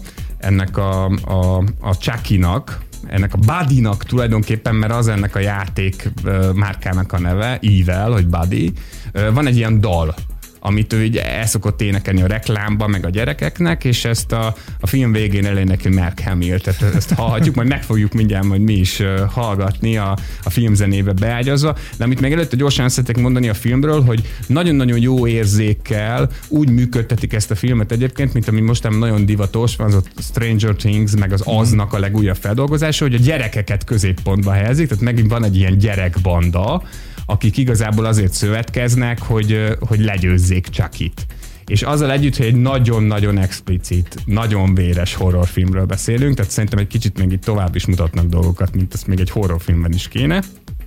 a Chucky-nak, ennek a Buddy-nak tulajdonképpen, mert az ennek a játék márkának a neve, Evil, hogy Buddy, van egy ilyen dal, amit ő így el szokott énekelni a reklámban, meg a gyerekeknek, és ezt a film végén elénekli Mark Hamill, tehát ezt hallhatjuk, majd meg fogjuk mindjárt majd mi is hallgatni a filmzenébe beágyazva, de amit még előtte gyorsan szeretnék mondani a filmről, hogy nagyon-nagyon jó érzékkel úgy működtetik ezt a filmet egyébként, mint ami mostan nagyon divatos, van az a Stranger Things, meg az Aznak a legújabb feldolgozása, hogy a gyerekeket középpontba helyezik, tehát megint van egy ilyen gyerekbanda, akik igazából azért szövetkeznek, hogy legyőzzék Chucky-t. És azzal együtt, hogy egy nagyon-nagyon explicit, nagyon véres horrorfilmről beszélünk, tehát szerintem egy kicsit még itt tovább is mutatnak dolgokat, mint azt még egy horrorfilmben is kéne.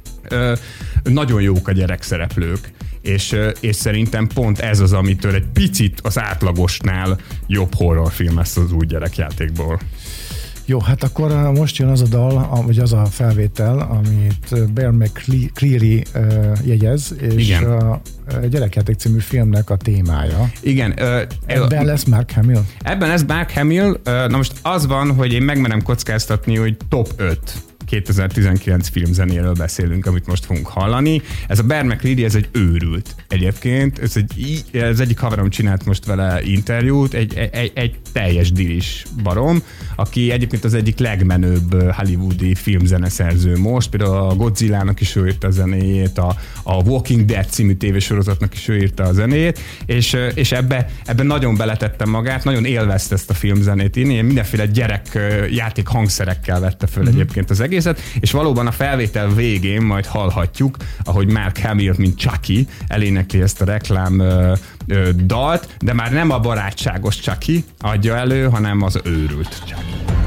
Nagyon jók a gyerekszereplők, és szerintem pont ez az, amitől egy picit az átlagosnál jobb horrorfilm lesz az új gyerekjátékból. Jó, hát akkor most jön az a dal, vagy az a felvétel, amit Bear McCreary jegyez, és igen. A Gyerekjáték című filmnek a témája. Igen. Ebben lesz Mark Hamill? Ebben lesz Mark Hamill. Na most az van, hogy én megmerem kockáztatni, hogy top 5 2019 filmzenéről beszélünk, amit most fogunk hallani. Ez a Bear McCreary, ez egy őrült egyébként. Ez egyik haverom csinált most vele interjút, egy teljes dilis barom, aki egyébként az egyik legmenőbb hollywoodi filmzeneszerző most. Például a Godzilla-nak is ő írta a zenéjét, a Walking Dead című tévésorozatnak is ő írta a zenéjét, és ebbe nagyon beletettem magát, nagyon élvezte ezt a filmzenét írni, ilyen mindenféle gyerekjáték hangszerekkel vette föl egyébként az egészet, és valóban a felvétel végén majd hallhatjuk, ahogy Mark Hamill, mint Chucky elénekli ezt a reklám dalt, de már nem a barátságos Chucky adja elő, hanem az őrült Chucky.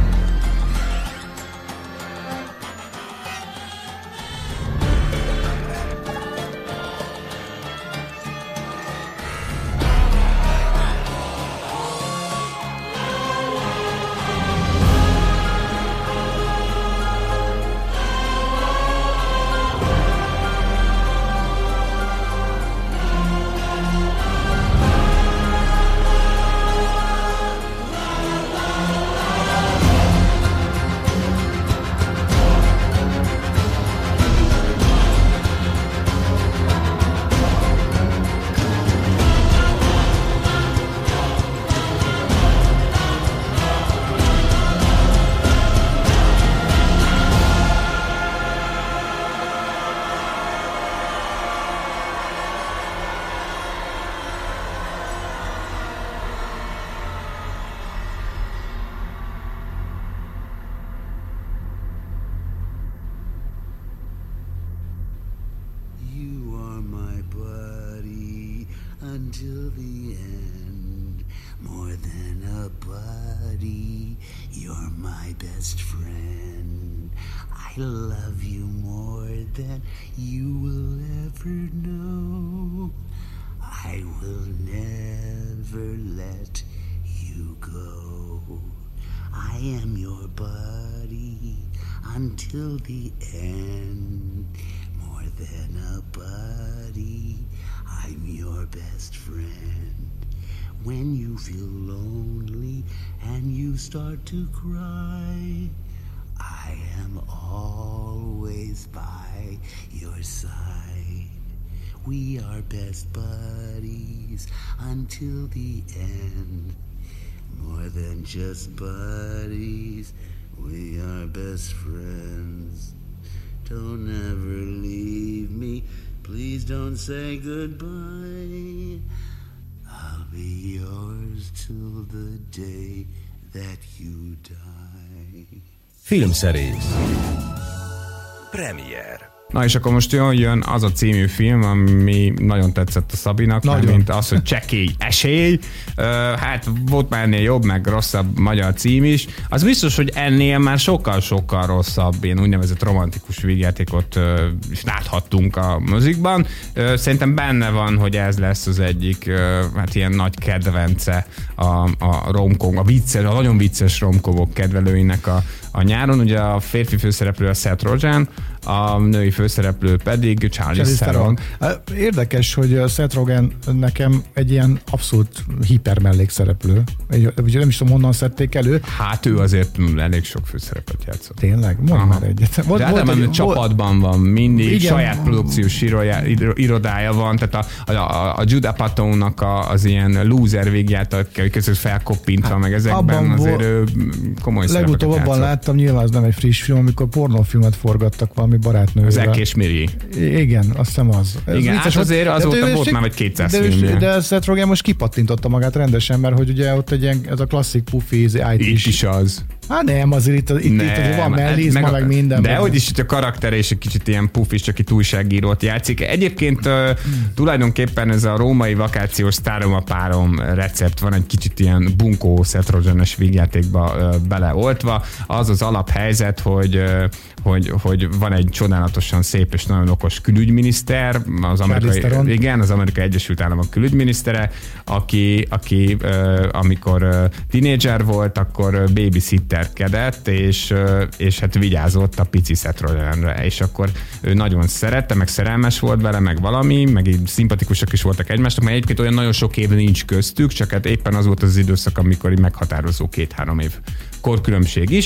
Until the end, more than a buddy, you're my best friend. I love you more than you will ever know. I will never let you go. I am your buddy until the end, more than a buddy. I'm your best friend. When you feel lonely and you start to cry, I am always by your side. We are best buddies until the end. More than just buddies, we are best friends. Don't ever leave me. Please don't say goodbye. I'll be yours till the day that you die. Filmszerész. Premier. Na és akkor most jön az a című film, ami nagyon tetszett a Szabinak, mint az, hogy Csekély esély. Hát volt már ennél jobb, meg rosszabb magyar cím is. Az biztos, hogy ennél már sokkal-sokkal rosszabb ilyen úgynevezett romantikus vígjátékot is láthattunk a mozikban. Szerintem benne van, hogy ez lesz az egyik hát ilyen nagy kedvence a romkom, a nagyon vicces romkomok kedvelőinek a nyáron. Ugye a férfi főszereplő a Seth Rogen, a női főszereplő pedig Charlize Theron. Érdekes, hogy Seth Rogen nekem egy ilyen abszolút hipermellékszereplő. Ugye nem is tudom, honnan szedték elő. Hát ő azért elég sok főszerepet játszott. Tényleg? Mondd már egyet. De csapatban van mindig, igen. Saját produkciós irodája van, tehát a Judd Apatownak az ilyen loser végjáték között felkoppintva, meg ezekben azért komoly szerepeket legutóbb abban láttam, nyilván ez nem egy friss film, amikor pornófilmet forgattak valami barátnővel. Az Ek és Miri. Igen, azt hiszem az. Igen, hát azért azóta volt már egy 200 filmje. De Seth Rogen most kipattintotta magát rendesen, mert hogy ugye ott egy ilyen, ez a klasszik pufi IT is az. Hát nem, azért itt van mellizma, meg minden. De hogy is itt a karakter és egy kicsit ilyen pufis, csak itt újságírót játszik. Egyébként tulajdonképpen ez a római vakációs sztárom a párom recept van egy kicsit ilyen bunkó Seth Rogen-es vígjátékba beleoltva. Az az alaphelyzet, hogy van egy csodálatosan szép és nagyon okos külügyminiszter, az Amerikai Egyesült Államok külügyminisztere, aki amikor tínédzser volt, akkor babysitterkedett, és hát vigyázott a pici Seth Rogenre, és akkor ő nagyon szerette, meg szerelmes volt vele, meg valami, meg így szimpatikusak is voltak egymásnak, mert egyébként olyan nagyon sok év nincs köztük, csak hát éppen az volt az időszak, amikor így meghatározó 2-3 év korkülönbség is,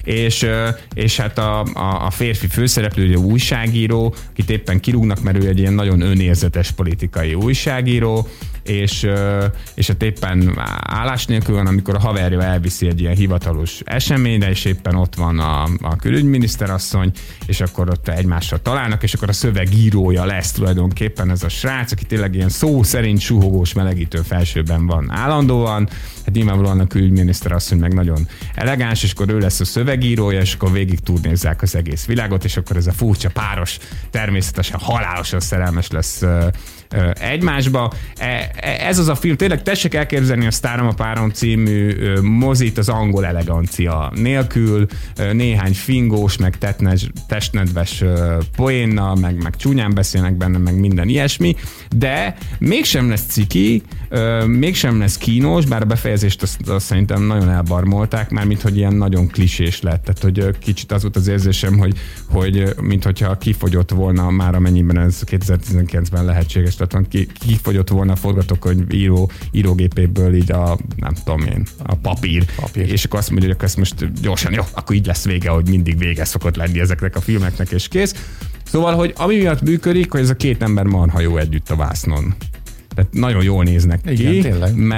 és hát a férfi főszereplő, ugye újságíró, akit éppen kirúgnak, mert ő egy ilyen nagyon önérzetes politikai újságíró, és hát éppen állás nélkül van, amikor a haverja elviszi egy ilyen hivatalos eseményre, és éppen ott van a külügyminiszterasszony, és akkor ott egymással találnak, és akkor a szövegírója lesz tulajdonképpen ez a srác, aki tényleg ilyen szó szerint suhogós melegítő felsőben van állandóan. Hát nyilvánvalóan a külügyminiszterasszony meg nagyon elegáns, és akkor ő lesz a szövegírója, és akkor végig turnézzák az egész világot, és akkor ez a furcsa páros természetesen halálosan szerelmes lesz egymásba. Ez az a film, tényleg tessék elképzelni a Sztárom a párom című mozit az angol elegancia nélkül, néhány fingós, meg testnedves poénnal, meg csúnyán beszélnek benne, meg minden ilyesmi, de mégsem lesz ciki, mégsem lesz kínos, bár a befejezést azt szerintem nagyon elbarmolták, mármint hogy ilyen nagyon klisés lett, tehát hogy kicsit az volt az érzésem, hogy minthogyha kifogyott volna már amennyiben ez 2019-ben lehetséges, tehát kifogyott volna a forgatókönyv írógépéből így nem tudom én, a papír. És akkor azt mondja, hogy ezt most gyorsan, jó, akkor így lesz vége, hogy mindig vége szokott lenni ezeknek a filmeknek, és kész. Szóval, hogy ami miatt működik, hogy ez a két ember marha jó együtt a vásznon. Tehát nagyon jól néznek ki,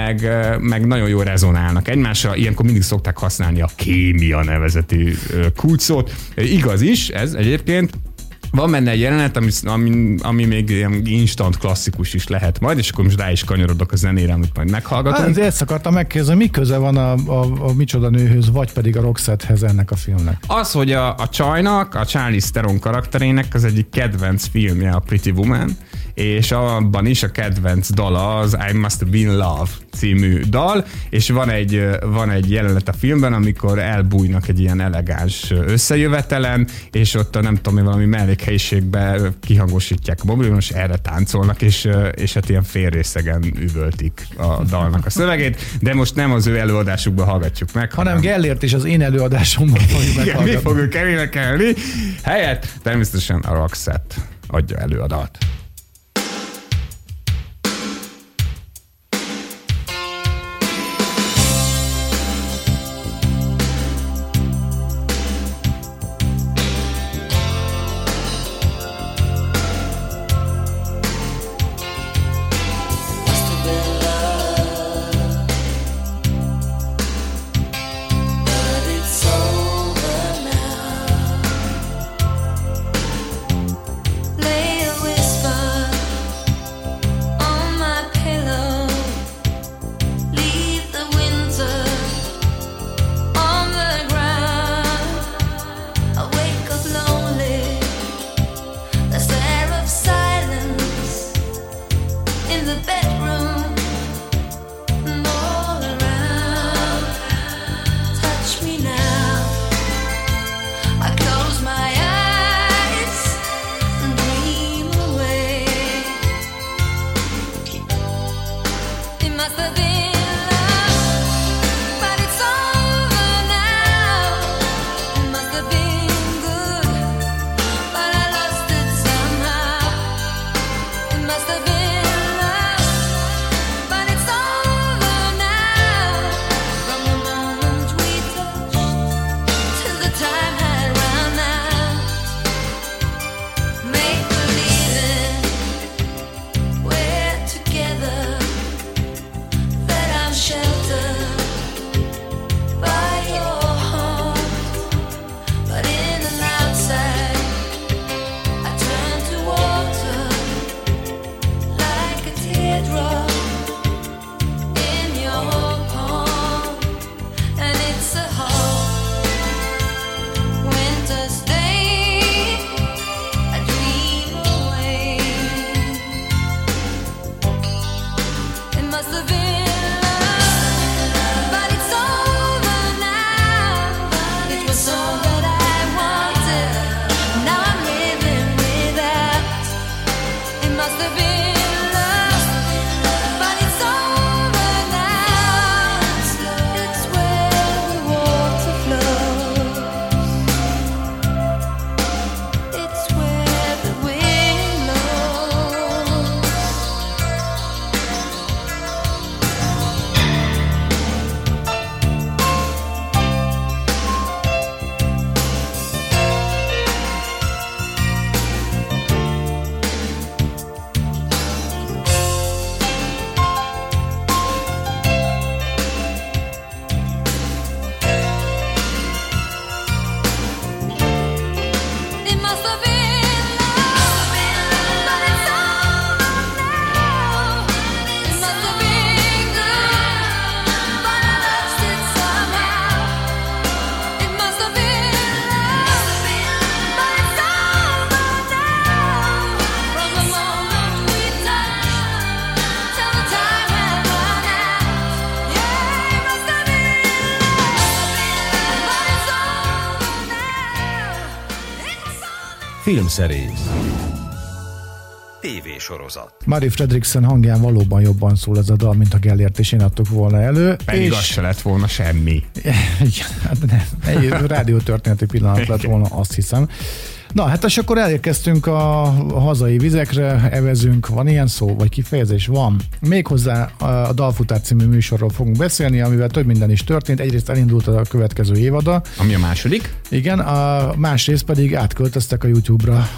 meg nagyon jól rezonálnak egymással. Ilyenkor mindig szokták használni a kémia nevezetű kulcsszót. Igaz is, ez egyébként. Van benne egy jelenet, ami még ilyen instant klasszikus is lehet majd, és akkor most rá is kanyarodok a zenére, amit majd meghallgatunk. Hát, ezt akartam megkérdezni, mi köze van a Micsoda nőhöz, vagy pedig a Roxettehez ennek a filmnek? Az, hogy a csajnak, a Charlize Theron karakterének az egyik kedvenc filmje a Pretty Woman, és abban is a kedvenc dala az I Must Have Been Love című dal, és van egy jelenet a filmben, amikor elbújnak egy ilyen elegáns összejövetelen, és ott nem tudom, valami mellékhelyiségben kihangosítják a mobilon, és erre táncolnak, és hát ilyen félrészegen üvöltik a dalnak a szövegét, de most nem az ő előadásukban hallgatjuk meg, hanem Gellért is az én előadásomban fogjuk meghallgatni. Mi fogjuk elénekelni, helyett természetesen a Roxette adja elő a dalt. Lay a whisper Filmszerész. TV-sorozat. Mary Fredriksson hangján valóban jobban szól ez a dal, mint a Gellért, és én adtuk volna elő. Pedig az se lett volna semmi. Hát nem. Egy rádiótörténeti pillanat lett volna, azt hiszem. Na, hát és akkor elérkeztünk a hazai vizekre, evezünk, van ilyen szó, vagy kifejezés? Van. Méghozzá a Dalfutár című műsorról fogunk beszélni, amivel több minden is történt. Egyrészt elindult a következő évada. Ami a második? Igen, a másrészt pedig átköltöztek a YouTube-ra,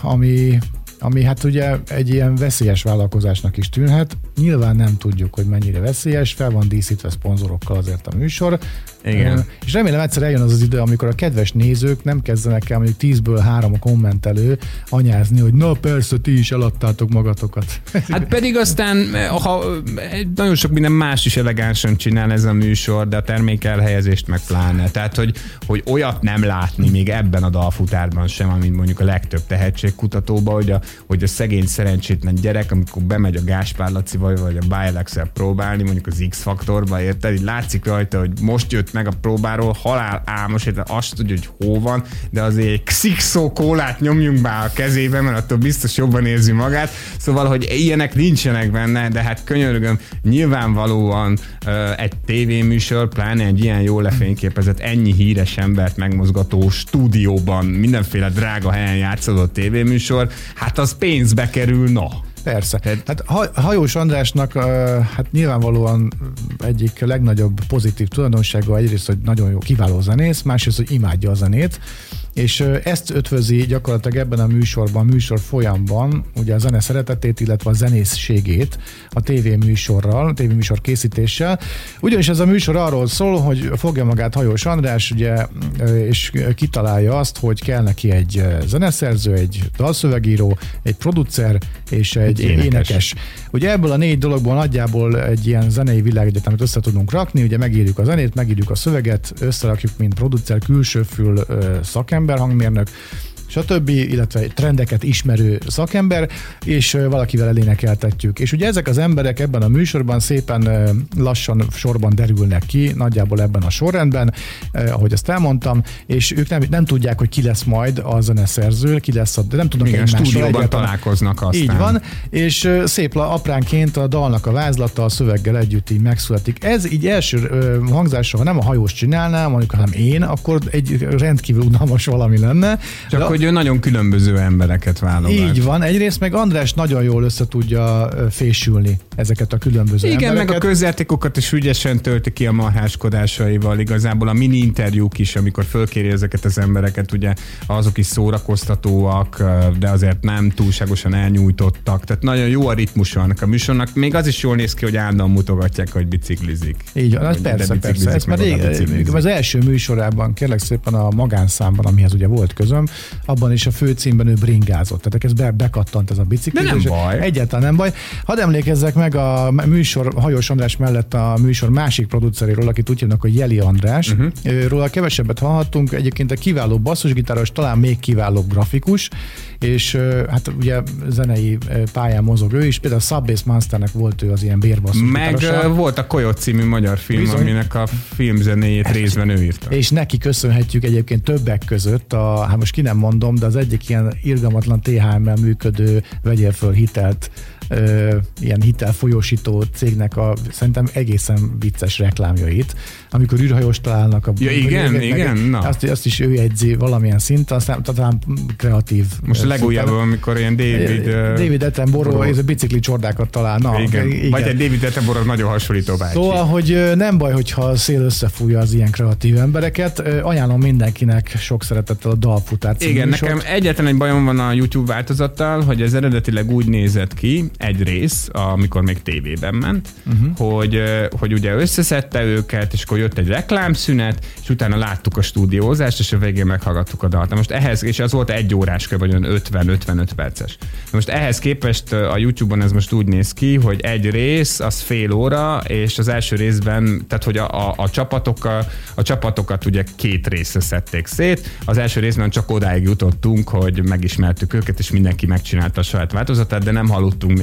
ami hát ugye egy ilyen veszélyes vállalkozásnak is tűnhet. Nyilván nem tudjuk, hogy mennyire veszélyes, fel van díszítve szponzorokkal azért a műsor. Igen. És remélem egyszer eljön az idő, amikor a kedves nézők nem kezdenek el mondjuk 10-ből 3 a kommentelő anyázni, hogy na persze, ti is eladtátok magatokat. Hát pedig aztán, ha nagyon sok minden más is elegánsan csinál ez a műsor, de a termék elhelyezést meg pláne. Tehát, hogy olyat nem látni még ebben a dalfutárban sem, mint mondjuk a legtöbb tehetségkutatóban, hogy a szegény szerencsétlen gyerek, amikor bemegy a Gáspár Lacival vagy a Bialex-el próbálni, mondjuk az X-faktorba, érted? Így látszik rajta, hogy most jött meg a próbáról, halál álmos, érted? Azt tudja, hogy hó van, de azért egy Xixo kólát nyomjunk be a kezébe, mert attól biztos jobban érzi magát. Szóval, hogy ilyenek nincsenek benne, de hát könyörgöm, nyilvánvalóan egy tévéműsor, pláne egy ilyen jól lefényképezett, ennyi híres embert megmozgató stúdióban, mindenféle drága helyen játszódott tévéműsor, hát az pénzbe kerül, no. Persze. Hát Hajós Andrásnak hát nyilvánvalóan egyik legnagyobb pozitív tulajdonsága egyrészt, hogy nagyon jó, kiváló zenész, másrészt, hogy imádja a zenét, és ezt ötvözi gyakorlatilag ebben a műsorban, műsor folyamban, ugye a zene szeretetét, illetve a zenészségét a tévéműsor készítéssel. Ugyanis ez a műsor arról szól, hogy fogja magát Hajós András, ugye, és kitalálja azt, hogy kell neki egy zeneszerző, egy dalszövegíró, egy producer és egy énekes. Ugye ebből a 4 dologból nagyjából egy ilyen zenei világegyetemet össze tudunk rakni, ugye megírjuk a zenét, megírjuk a szöveget, összerakjuk, mint producer, külsőfül szakember, hangmérnök, stb., illetve trendeket ismerő szakember, és valakivel elénekeltetjük. És ugye ezek az emberek ebben a műsorban szépen lassan sorban derülnek ki, nagyjából ebben a sorrendben, ahogy ezt elmondtam, és ők nem tudják, hogy ki lesz majd a zeneszerző, ki lesz de nem tudnak egymással stúdióban találkoznak aztán. Így van, és szép apránként a dalnak a vázlata a szöveggel együtt így megszületik. Ez így első hangzásra, ha nem a Hajós csinálná, mondjuk, hanem én, akkor egy rendkívül unalmas valami lenne. Csak hogy ő nagyon különböző embereket válogat. Így van, egyrészt meg András nagyon jól össze tudja fésülni ezeket a különböző embereket. Igen, meg a közjátékokat is ügyesen tölti ki a marháskodásaival, igazából a mini interjúk is, amikor fölkéri ezeket az embereket, ugye azok is szórakoztatóak, de azért nem túlságosan elnyújtottak, tehát nagyon jó a ritmusa annak a műsornak, még az is jól néz ki, hogy állandóan mutogatják, hogy biciklizik. Így van, persze. Ez már az első műsorában, kérlek szépen a magánszámban, amihez ugye volt közöm, abban is a főcímben ő bringázott. Tehát ez bekattant ez a bicikli. De nem baj. Egyáltalán nem baj. Hadd emlékezzek meg a műsor, Hajós András mellett a műsor másik produceréről, akit úgy hívnak, hogy Jeli András. Róla kevesebbet hallhattunk. Egyébként egy kiváló basszusgitáros, talán még kiválóbb grafikus, és hát ugye zenei pályán mozog ő is. Például a Subbase Monsternek volt ő az ilyen bérbasszusgitárosa. Meg volt a Coyote című magyar film, bizony, aminek a filmzenéjét részben ő írta. És neki köszönhetjük egyébként többek között hát most ki nem mondom, de az egyik ilyen irgalmatlan THM-mel működő vegyél föl hitelt, ilyen hitelfolyósító cégnek szerintem egészen vicces reklámjait, amikor űrhajós találnak a... Ja, igen, na. Azt is ő jegyzi valamilyen szinten, aztán talán kreatív. Most a legújabban, amikor ilyen David Attenborough és a bicikli csordákat talál. Na, igen. Vagy egy David Attenborough nagyon hasonlító bácsi. Szóval, hogy nem baj, hogyha a szél összefújja az ilyen kreatív embereket. Ajánlom mindenkinek sok szeretettel a Dalfutár című Igen, műsort. nekem egyetlen egy bajom van a YouTube változattal, hogy ez eredetileg úgy nézett ki, egy rész, amikor még tévében ment, hogy ugye összeszedte őket, és akkor jött egy reklámszünet, és utána láttuk a stúdiózást, és a végén meghallgattuk a dalt. Most ehhez, és az volt 1 órás kb. 50-55 perces. Most ehhez képest a YouTube-on ez most úgy néz ki, hogy egy rész, az fél óra, és az első részben, tehát hogy a csapatokat ugye 2 részre szedték szét. Az első részben csak odáig jutottunk, hogy megismertük őket, és mindenki megcsinálta a saját változatát, de nem hallottunk még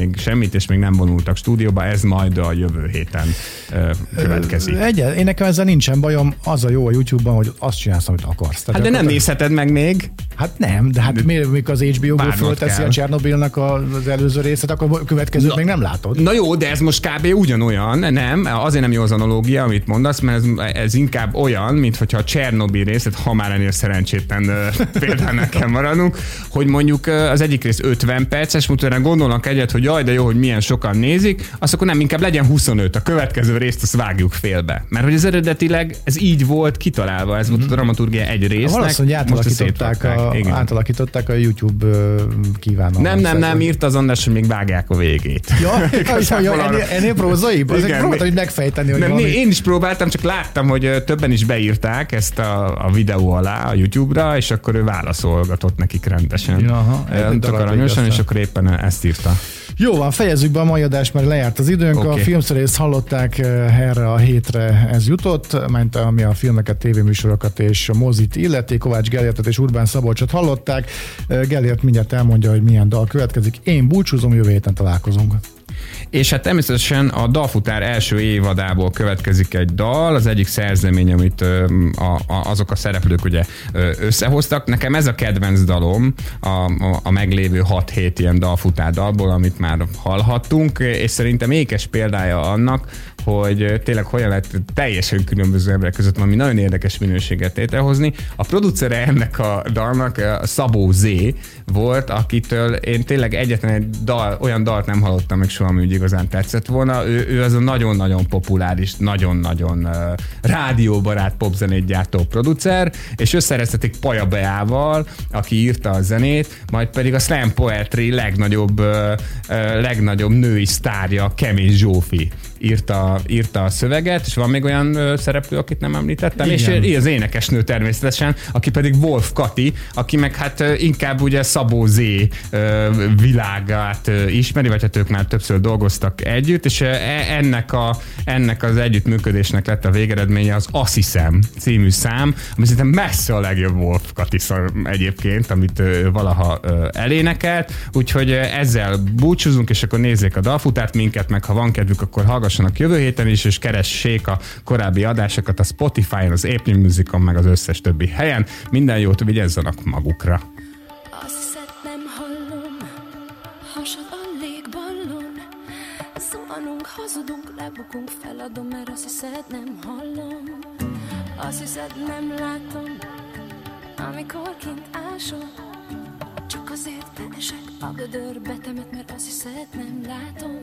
még semmit, és még nem vonultak stúdióba, ez majd a jövő héten következik. Én nekem ezzel nincsen bajom, az a jó a YouTube-ban, hogy azt csinálsz, amit akarsz. Hát de nem nézheted meg még. Hát nem, de hát miért, mikor az HBO-ból fölteszi a Csernobilnak az előző részét, akkor a következőt még nem látod. Na jó, de ez most kb. Ugyanolyan, nem? Azért nem jó az analógia, amit mondasz, mert ez inkább olyan, mint hogyha a Csernobil részét, ha már ennél szerencsétlen példának kell maradnunk, hogy mondjuk az egyik rész 50 perces, utána gondolnak egyet, hogy jaj, de jó, hogy milyen sokan nézik, azt akkor nem, inkább legyen 25, a következő részt azt vágjuk félbe. Mert hogy az eredetileg ez így volt kitalálva, ez volt a dramaturgia egy résznek. Valószínűleg átalakították a YouTube kívánalmat. Nem, írt az András, hogy még vágják a végét. Ennél prózaibb? Azért próbáltam, hogy megfejteni, hogy nem, én is próbáltam, csak láttam, hogy többen is beírták ezt a videó alá a YouTube-ra, és akkor ő válaszolgatott nekik rendesen. Tök aranyosan, és akkor éppen ezt írta. Jó van, fejezzük be a mai adást, mert lejárt az időnk. Okay. A filmszerészt hallották, erre a hétre ez jutott, ment ami a filmeket, tévéműsorokat és a mozit illeti. Kovács Gellértet és Urbán Szabolcsot hallották. Gellért mindjárt elmondja, hogy milyen dal következik. Én búcsúzom, jövő héten találkozunk. És hát természetesen a Dalfutár első évadából következik egy dal, az egyik szerzemény, amit azok a szereplők ugye összehoztak. Nekem ez a kedvenc dalom a meglévő 6-7 ilyen Dalfutár dalból, amit már hallhattunk, és szerintem ékes példája annak, hogy tényleg hogyan lehet teljesen különböző emberek között valami nagyon érdekes minőséget létrehozni. A producere ennek a dalnak Szabó Z volt, akitől én tényleg egyetlen egy olyan dalt nem hallottam meg soha, ami úgy igazán tetszett volna. Ő az a nagyon-nagyon populáris, nagyon-nagyon rádióbarát popzenét gyártó producer, és összereztetik Paja Beával, aki írta a zenét, majd pedig a slam poetry legnagyobb női sztárja, Kemény Zsófi írta a szöveget, és van még olyan szereplő, akit nem említettem, igen. És az énekesnő természetesen, aki pedig Wolf Kati, aki meg hát inkább ugye Szabó Z világát ismeri, vagy hát ők már többször dolgoztak együtt, és ennek az együttműködésnek lett a végeredménye az Azt hiszem című szám, ami szerintem messze a legjobb Wolf Kati egyébként, amit valaha elénekelt, úgyhogy ezzel búcsúzunk, és akkor nézzék a Dalfutárt, minket, meg ha van kedvük, akkor hallgassanak jövő héten is, és keressék a korábbi adásokat a Spotify-on, az Apple Musicon, meg az összes többi helyen. Minden jót, vigyázzanak magukra! Azt hiszed, nem hallom, hasad a légballon, zuhanunk, hazudunk, lebukunk, feladom, mert azt hiszed, nem hallom. Azt hiszed, nem látom, amikor kint ásol, csak azért esek a gödörbe temet, mert azt hiszed, nem látom.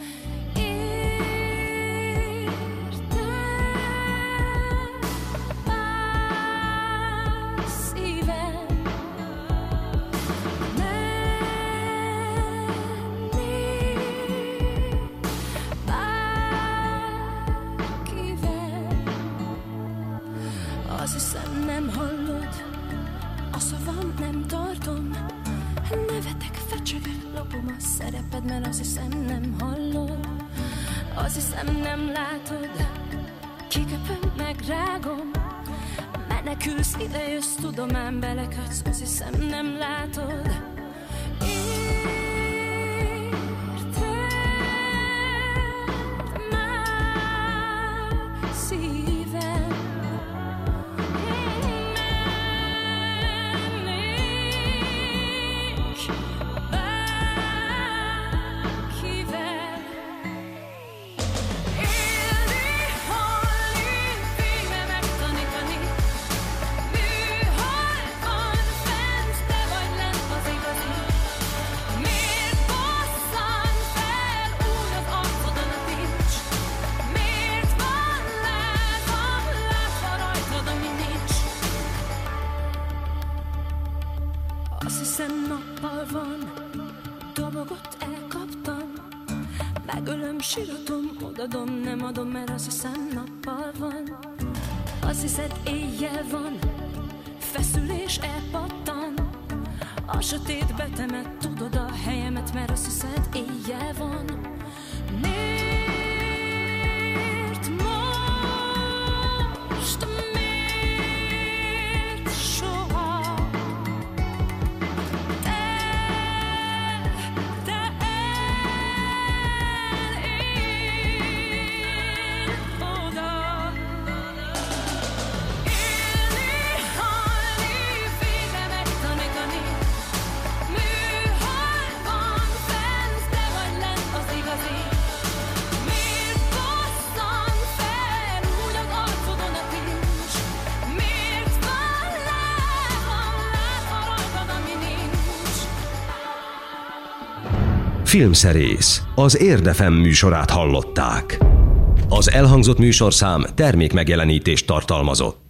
Azt hiszem, nem hallod, a szavam nem tartom, nevetek, fecsegek, lopom a szereped, mert azt hiszem, nem hallod. Azt hiszem, nem látod, kiköpöm, megrágom, menekülsz, idejössz, tudom, ám belekötsz, azt hiszem, nem látod. Azt hiszem, nappal van, dobogot elkaptam, megölöm, síratom, odadom, nem adom, mert azt hiszem, nappal van. Azt hiszed, éjjel van, feszülés elpattan, a sötétbe temet, tudod a helyemet, mert azt hiszed, éjjel van. Miért most, miért soha? Te Filmszerész, az Érd FM műsorát hallották. Az elhangzott műsorszám termék megjelenítést tartalmazott.